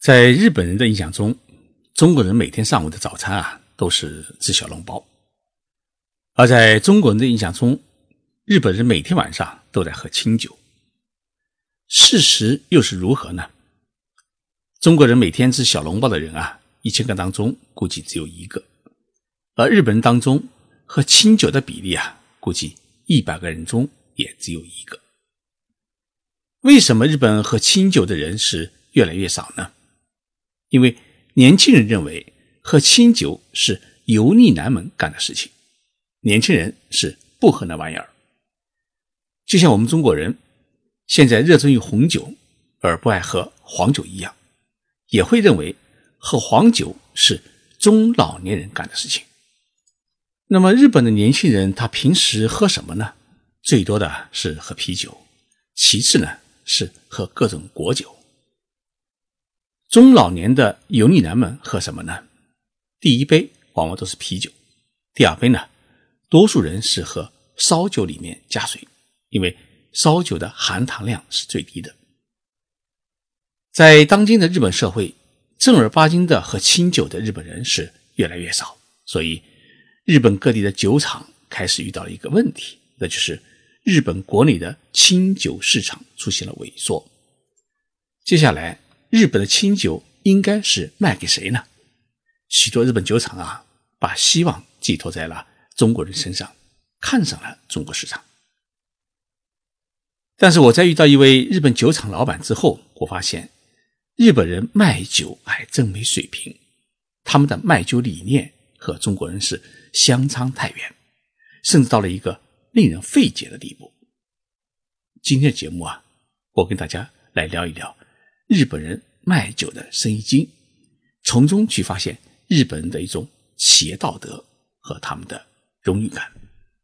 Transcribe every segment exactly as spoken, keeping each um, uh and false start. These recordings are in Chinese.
在日本人的印象中，中国人每天上午的早餐啊都是吃小笼包，而在中国人的印象中，日本人每天晚上都在喝清酒。事实又是如何呢？中国人每天吃小笼包的人啊，一千个当中估计只有一个，而日本人当中喝清酒的比例啊，估计一百个人中也只有一个。为什么日本喝清酒的人是越来越少呢？因为年轻人认为喝清酒是油腻男们干的事情，年轻人是不喝那玩意儿。就像我们中国人现在热衷于红酒而不爱喝黄酒一样，也会认为喝黄酒是中老年人干的事情。那么日本的年轻人他平时喝什么呢？最多的是喝啤酒，其次呢是喝各种果酒。中老年的油腻男们喝什么呢？第一杯往往都是啤酒，第二杯呢，多数人是喝烧酒里面加水，因为烧酒的含糖量是最低的。在当今的日本社会，正儿八经的喝清酒的日本人是越来越少，所以日本各地的酒厂开始遇到了一个问题，那就是日本国内的清酒市场出现了萎缩。接下来日本的清酒应该是卖给谁呢？许多日本酒厂啊，把希望寄托在了中国人身上，看上了中国市场。但是我在遇到一位日本酒厂老板之后，我发现日本人卖酒还真没水平，他们的卖酒理念和中国人是相差太远，甚至到了一个令人费解的地步。今天的节目啊，我跟大家来聊一聊日本人卖酒的生意经，从中去发现日本人的一种企业道德和他们的荣誉感。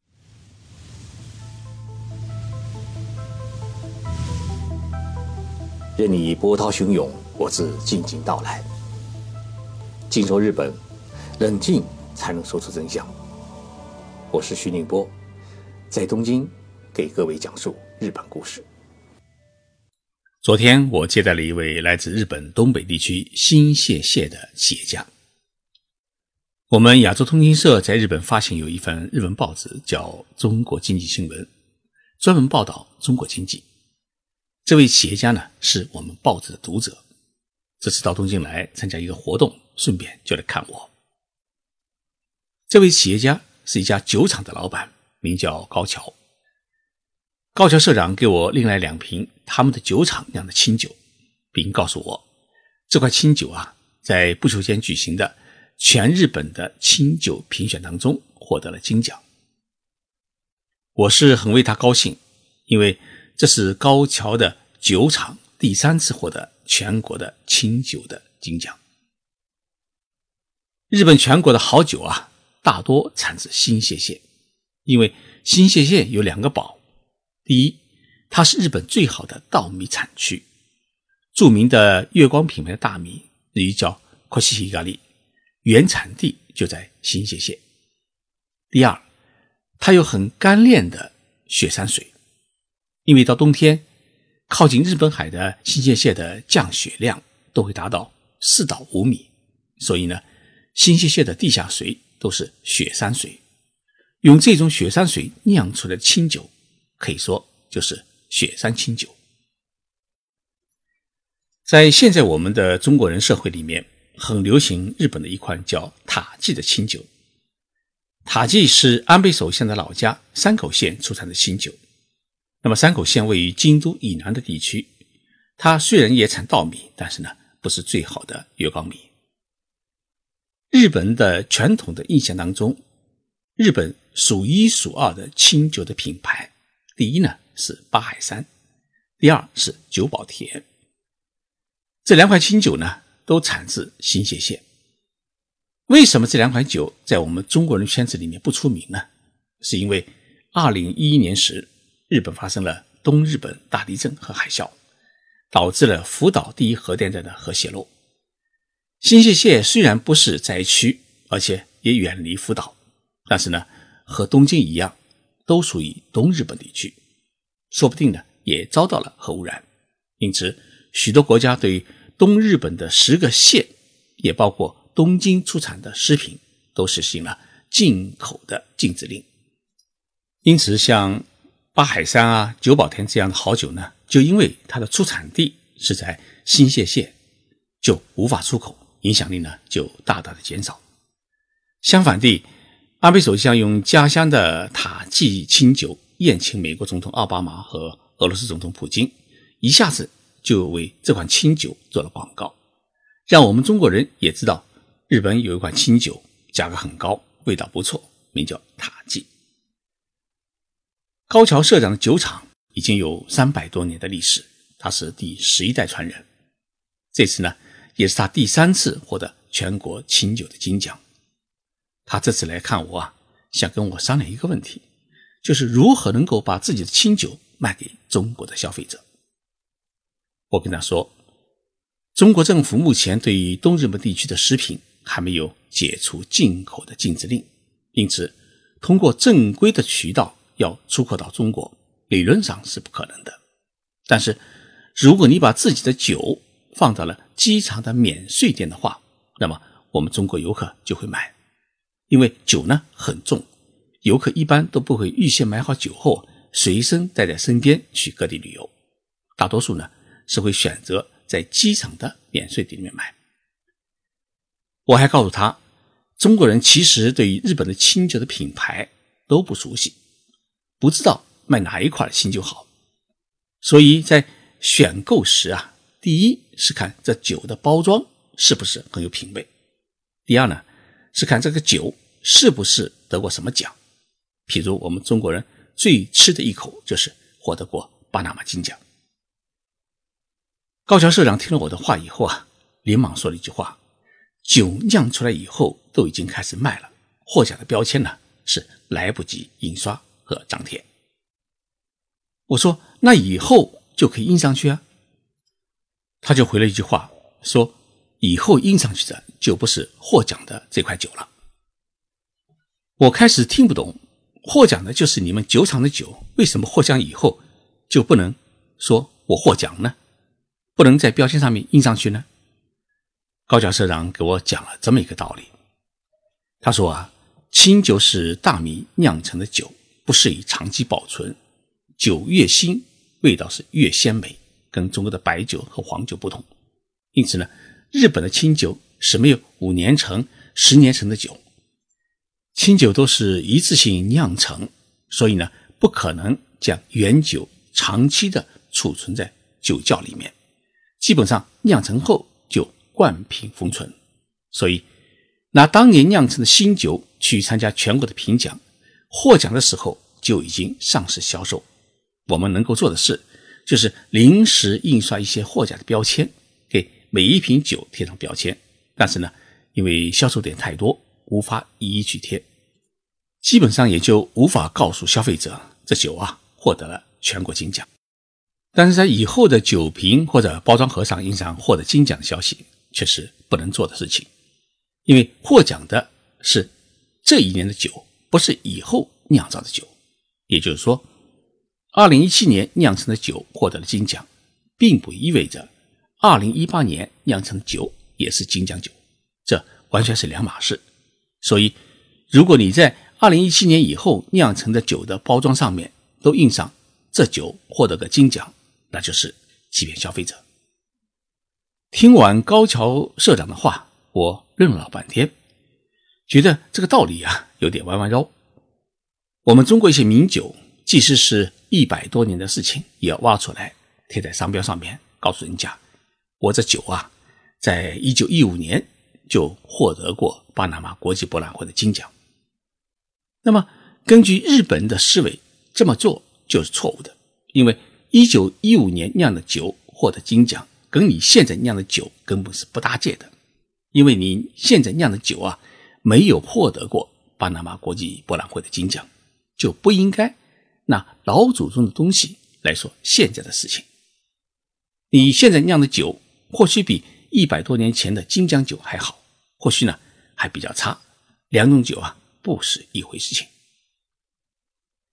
任你波涛汹涌，我自静静到来。静说日本，冷静才能说出真相。我是徐宁波，在东京给各位讲述日本故事。 昨天我接待了一位来自日本东北地区新泻县的企业家。我们亚洲通讯社在日本发行有一份日文报纸叫《中国经济新闻》，专门报道中国经济。这位企业家呢，是我们报纸的读者，这次到东京来参加一个活动，顺便就来看我。这位企业家是一家酒厂的老板，名叫高桥。高桥社长给我拎来两瓶他们的酒厂酿的清酒，并告诉我，这块清酒啊，在不久前举行的全日本的清酒评选当中获得了金奖。我是很为他高兴，因为这是高桥的酒厂第三次获得全国的清酒的金奖。日本全国的好酒啊，大多产自新泻县，因为新泻县有两个宝。第一，它是日本最好的稻米产区，著名的月光品牌的大米日语叫 Koshihigari， 原产地就在新泻县。第二，它有很干练的雪山水，因为到冬天靠近日本海的新泻县的降雪量都会达到四到五米，所以呢，新泻县的地下水都是雪山水。用这种雪山水酿出来的清酒，可以说就是雪山清酒。在现在我们的中国人社会里面，很流行日本的一款叫塔记的清酒。塔记是安倍首相的老家山口县出产的清酒。那么山口县位于京都以南的地区，它虽然也产稻米，但是呢，不是最好的月光米。日本的传统的印象当中，日本数一数二的清酒的品牌，第一呢是八海山，第二是久保田。这两款清酒呢都产自新泻县。为什么这两款酒在我们中国人圈子里面不出名呢？是因为二零一一年时，日本发生了东日本大地震和海啸，导致了福岛第一核电站的核泄漏。新泻县虽然不是灾区，而且也远离福岛，但是呢，和东京一样，都属于东日本地区，说不定呢也遭到了核污染。因此，许多国家对东日本的十个县，也包括东京出产的食品，都实行了进口的禁止令。因此像八海山啊、久保田这样的好酒呢，就因为它的出产地是在新泻县，就无法出口，影响力呢就大大的减少。相反地，安倍首相用家乡的塔季清酒宴请美国总统奥巴马和俄罗斯总统普京，一下子就为这款清酒做了广告，让我们中国人也知道日本有一款清酒，价格很高，味道不错，名叫塔季。高桥社长的酒厂已经有三百多年的历史，他是第十一代传人。这次呢，也是他第三次获得全国清酒的金奖。他这次来看我啊，想跟我商量一个问题，就是如何能够把自己的清酒卖给中国的消费者。我跟他说，中国政府目前对于东日本地区的食品还没有解除进口的禁止令，因此通过正规的渠道要出口到中国，理论上是不可能的。但是如果你把自己的酒放到了机场的免税店的话，那么我们中国游客就会买。因为酒呢很重，游客一般都不会预先买好酒后随身带在身边去各地旅游，大多数呢是会选择在机场的免税店里面买。我还告诉他，中国人其实对于日本的清酒的品牌都不熟悉，不知道卖哪一款的清酒好，所以在选购时啊，第一是看这酒的包装是不是很有品味，第二呢是看这个酒是不是得过什么奖。譬如我们中国人最吃的一口就是获得过巴拿马金奖。高桥社长听了我的话以后啊，连忙说了一句话，酒酿出来以后都已经开始卖了，获奖的标签呢是来不及印刷和张贴。我说那以后就可以印上去啊。他就回了一句话，说以后印上去的就不是获奖的这块酒了。我开始听不懂，获奖的就是你们酒厂的酒，为什么获奖以后就不能说我获奖呢？不能在标签上面印上去呢？高桥社长给我讲了这么一个道理。他说啊，清酒是大米酿成的酒，不适宜长期保存，酒越新味道是越鲜美，跟中国的白酒和黄酒不同。因此呢，日本的清酒是没有五年陈、十年陈的酒，清酒都是一次性酿成，所以呢，不可能将原酒长期的储存在酒窖里面，基本上酿成后就灌瓶封存。所以拿当年酿成的新酒去参加全国的评奖，获奖的时候就已经上市销售。我们能够做的事就是临时印刷一些获奖的标签，给每一瓶酒贴上标签，但是呢，因为销售点太多，无法一一去贴，基本上也就无法告诉消费者这酒啊获得了全国金奖。但是在以后的酒瓶或者包装盒上印上获得金奖的消息，却是不能做的事情，因为获奖的是这一年的酒，不是以后酿造的酒。也就是说，二零一七年酿成的酒获得了金奖，并不意味着二零一八年酿成的酒也是金奖酒，这完全是两码事。所以如果你在二零一七年以后酿成的酒的包装上面都印上这酒获得个金奖，那就是欺骗消费者。听完高桥社长的话，我愣了半天，觉得这个道理啊有点弯弯绕。我们中国一些名酒，即使是一百多年的事情，也要挖出来贴在商标上面，告诉人家我这酒啊在一九一五年就获得过巴拿马国际博览会的金奖。那么根据日本的思维，这么做就是错误的，因为一九一五年酿的酒获得金奖跟你现在酿的酒根本是不搭界的，因为你现在酿的酒啊没有获得过巴拿马国际博览会的金奖，就不应该拿老祖宗的东西来说现在的事情。你现在酿的酒或许比一百多年前的金奖酒还好，或许呢还比较差，两种酒啊不是一回事情。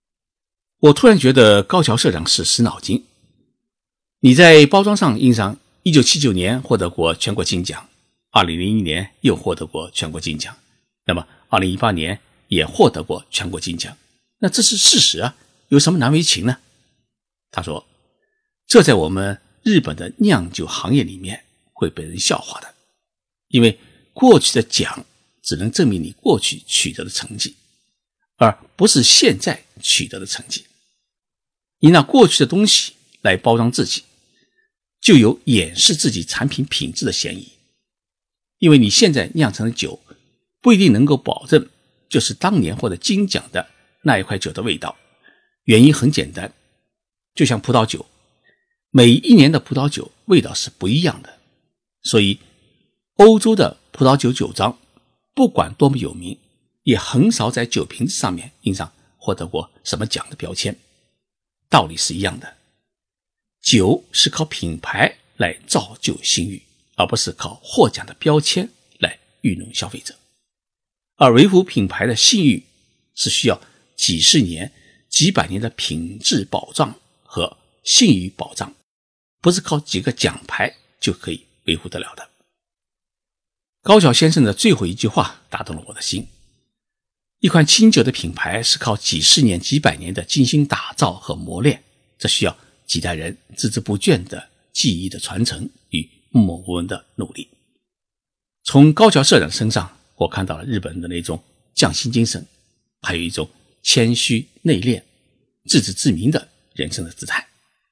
我突然觉得高桥社长是死脑筋。你在包装上印上一九七九年获得过全国金奖，二零零一年又获得过全国金奖，那么二零一八年也获得过全国金奖。那这是事实啊，有什么难为情呢？他说，这在我们日本的酿酒行业里面会被人笑话的，因为过去的奖只能证明你过去取得的成绩，而不是现在取得的成绩。你拿过去的东西来包装自己，就有掩饰自己产品品质的嫌疑。因为你现在酿成的酒不一定能够保证就是当年获得金奖的那一块酒的味道。原因很简单，就像葡萄酒，每一年的葡萄酒味道是不一样的，所以欧洲的葡萄酒酒庄不管多么有名，也很少在酒瓶子上面印上获得过什么奖的标签。道理是一样的，酒是靠品牌来造就信誉，而不是靠获奖的标签来愚弄消费者。而维护品牌的信誉是需要几十年、几百年的品质保障和信誉保障，不是靠几个奖牌就可以维护得了的。高桥先生的最后一句话打动了我的心。一款清酒的品牌是靠几十年、几百年的精心打造和磨练，这需要几代人孜孜不倦的技艺的传承与默默无闻的努力。从高桥社长身上，我看到了日本人的那种匠心精神，还有一种谦虚内敛、自知之明的人生的姿态。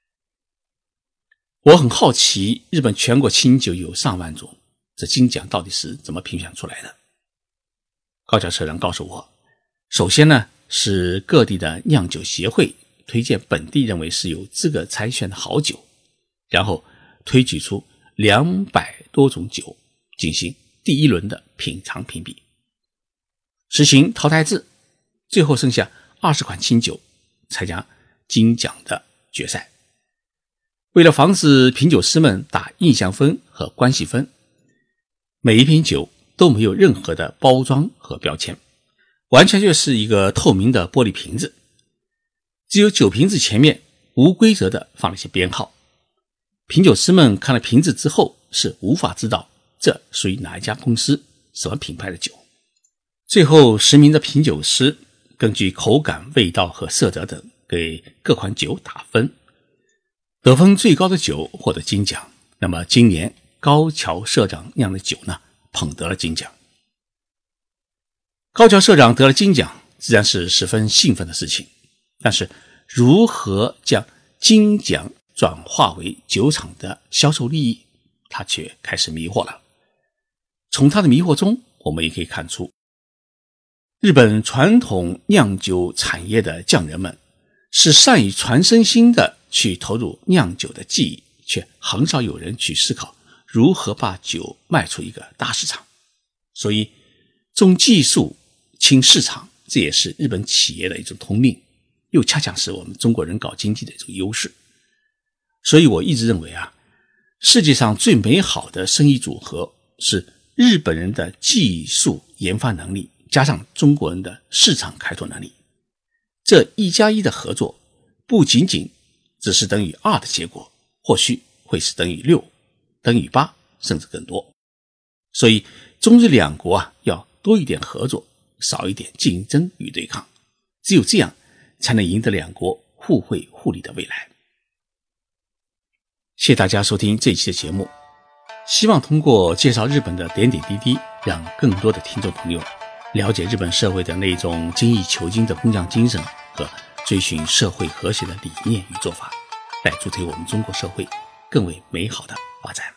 我很好奇，日本全国清酒有上万种，这金奖到底是怎么评选出来的？高桥社长告诉我，首先呢，是各地的酿酒协会推荐本地认为是有资格参选的好酒，然后推举出两百多种酒进行第一轮的品尝评比，实行淘汰制，最后剩下二十款清酒参加金奖的决赛。为了防止品酒师们打印象分和关系分，每一瓶酒都没有任何的包装和标签，完全就是一个透明的玻璃瓶子，只有酒瓶子前面无规则的放了一些编号。品酒师们看了瓶子之后是无法知道这属于哪一家公司、什么品牌的酒。最后十名的品酒师根据口感、味道和色泽等给各款酒打分，得分最高的酒获得金奖。那么今年高桥社长酿的酒呢，捧得了金奖。高桥社长得了金奖自然是十分兴奋的事情，但是如何将金奖转化为酒厂的销售利益，他却开始迷惑了。从他的迷惑中，我们也可以看出，日本传统酿酒产业的匠人们是善于传身心的去投入酿酒的技艺，却很少有人去思考如何把酒卖出一个大市场。所以重技术轻市场，这也是日本企业的一种通病，又恰恰是我们中国人搞经济的一种优势。所以我一直认为啊，世界上最美好的生意组合是日本人的技术研发能力加上中国人的市场开拓能力。这一加一的合作不仅仅只是等于二的结果，或许会是等于六、等于八，甚至更多。所以中日两国啊，要多一点合作，少一点竞争与对抗，只有这样才能赢得两国互惠互利的未来。谢谢大家收听这一期的节目，希望通过介绍日本的点点滴滴，让更多的听众朋友了解日本社会的那种精益求精的工匠精神和追寻社会和谐的理念与做法，来助推我们中国社会更为美好的发展。